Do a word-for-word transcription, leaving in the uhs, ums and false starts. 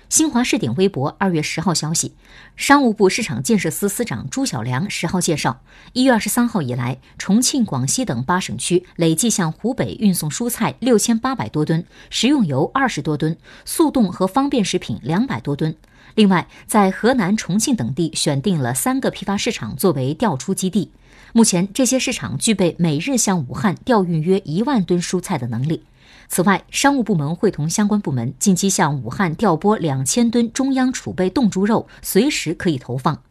新华视点微博二月十号消息，商务部市场建设司司长朱晓良十号介绍，一月二十三号以来，重庆、广西等八省区累计向湖北运送蔬菜六千八百多吨，食用油二十多吨，速冻和方便食品两百多吨。另外，在河南、重庆等地选定了三个批发市场作为调出基地，目前这些市场具备每日向武汉调运约一万吨蔬菜的能力。此外，商务部门会同相关部门近期向武汉调拨两千吨中央储备冻猪肉，随时可以投放。